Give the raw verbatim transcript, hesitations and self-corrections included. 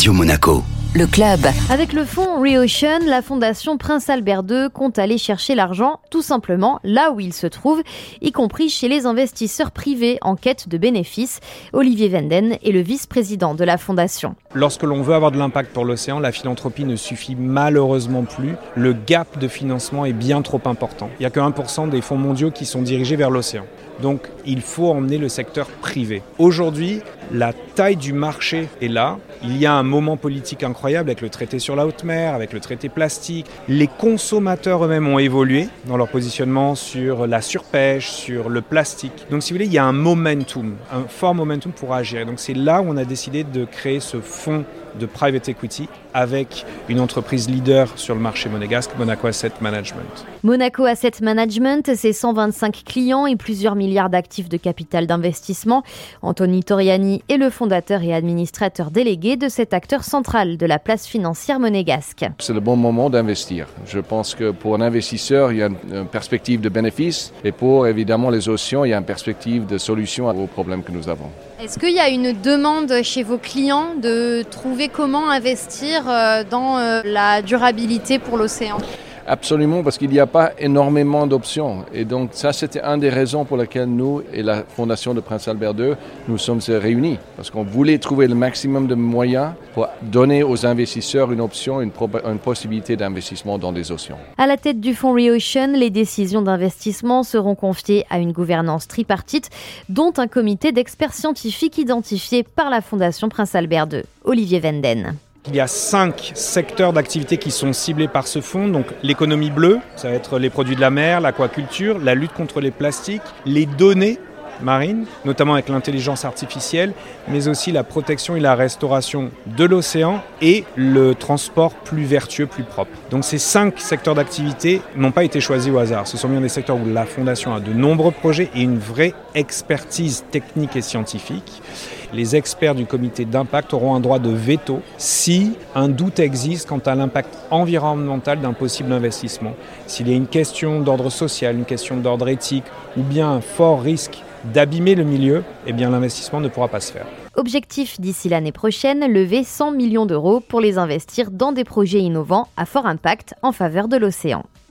Radio Monaco. Le club. Avec le fonds ReOcean, la fondation Prince Albert deux compte aller chercher l'argent tout simplement là où il se trouve, y compris chez les investisseurs privés en quête de bénéfices. Olivier Venden est le vice-président de la fondation. Lorsque l'on veut avoir de l'impact pour l'océan, la philanthropie ne suffit malheureusement plus. Le gap de financement est bien trop important. Il n'y a que un pour cent des fonds mondiaux qui sont dirigés vers l'océan. Donc il faut emmener le secteur privé. Aujourd'hui, la taille du marché est là. Il y a un moment politique incroyable avec le traité sur la haute mer, avec le traité plastique. Les consommateurs eux-mêmes ont évolué dans leur positionnement sur la surpêche, sur le plastique. Donc si vous voulez, il y a un momentum, un fort momentum pour agir. Et donc c'est là où on a décidé de créer ce fonds de private equity avec une entreprise leader sur le marché monégasque, Monaco Asset Management. Monaco Asset Management, c'est cent vingt-cinq clients et plusieurs milliards d'actifs de capital d'investissement. Anthony Toriani est le fondateur et administrateur délégué de cet acteur central de la place financière monégasque. C'est le bon moment d'investir. Je pense que pour un investisseur, il y a une perspective de bénéfice et pour évidemment les océans, il y a une perspective de solution aux problèmes que nous avons. Est-ce qu'il y a une demande chez vos clients de trouver comment investir dans la durabilité pour l'océan ? Absolument, parce qu'il n'y a pas énormément d'options. Et donc ça, c'était une des raisons pour lesquelles nous et la Fondation de Prince Albert deux, nous sommes réunis. Parce qu'on voulait trouver le maximum de moyens pour donner aux investisseurs une option, une, pro- une possibilité d'investissement dans les océans. À la tête du fonds ReOcean, les décisions d'investissement seront confiées à une gouvernance tripartite, dont un comité d'experts scientifiques identifié par la Fondation Prince Albert deux. Olivier Venden. Il y a cinq secteurs d'activité qui sont ciblés par ce fonds. Donc l'économie bleue, ça va être les produits de la mer, l'aquaculture, la lutte contre les plastiques, les données marines, notamment avec l'intelligence artificielle, mais aussi la protection et la restauration de l'océan et le transport plus vertueux, plus propre. Donc ces cinq secteurs d'activité n'ont pas été choisis au hasard. Ce sont bien des secteurs où la Fondation a de nombreux projets et une vraie expertise technique et scientifique. Les experts du comité d'impact auront un droit de veto si un doute existe quant à l'impact environnemental d'un possible investissement. S'il y a une question d'ordre social, une question d'ordre éthique ou bien un fort risque d'abîmer le milieu, eh bien l'investissement ne pourra pas se faire. Objectif d'ici l'année prochaine, lever cent millions d'euros pour les investir dans des projets innovants à fort impact en faveur de l'océan.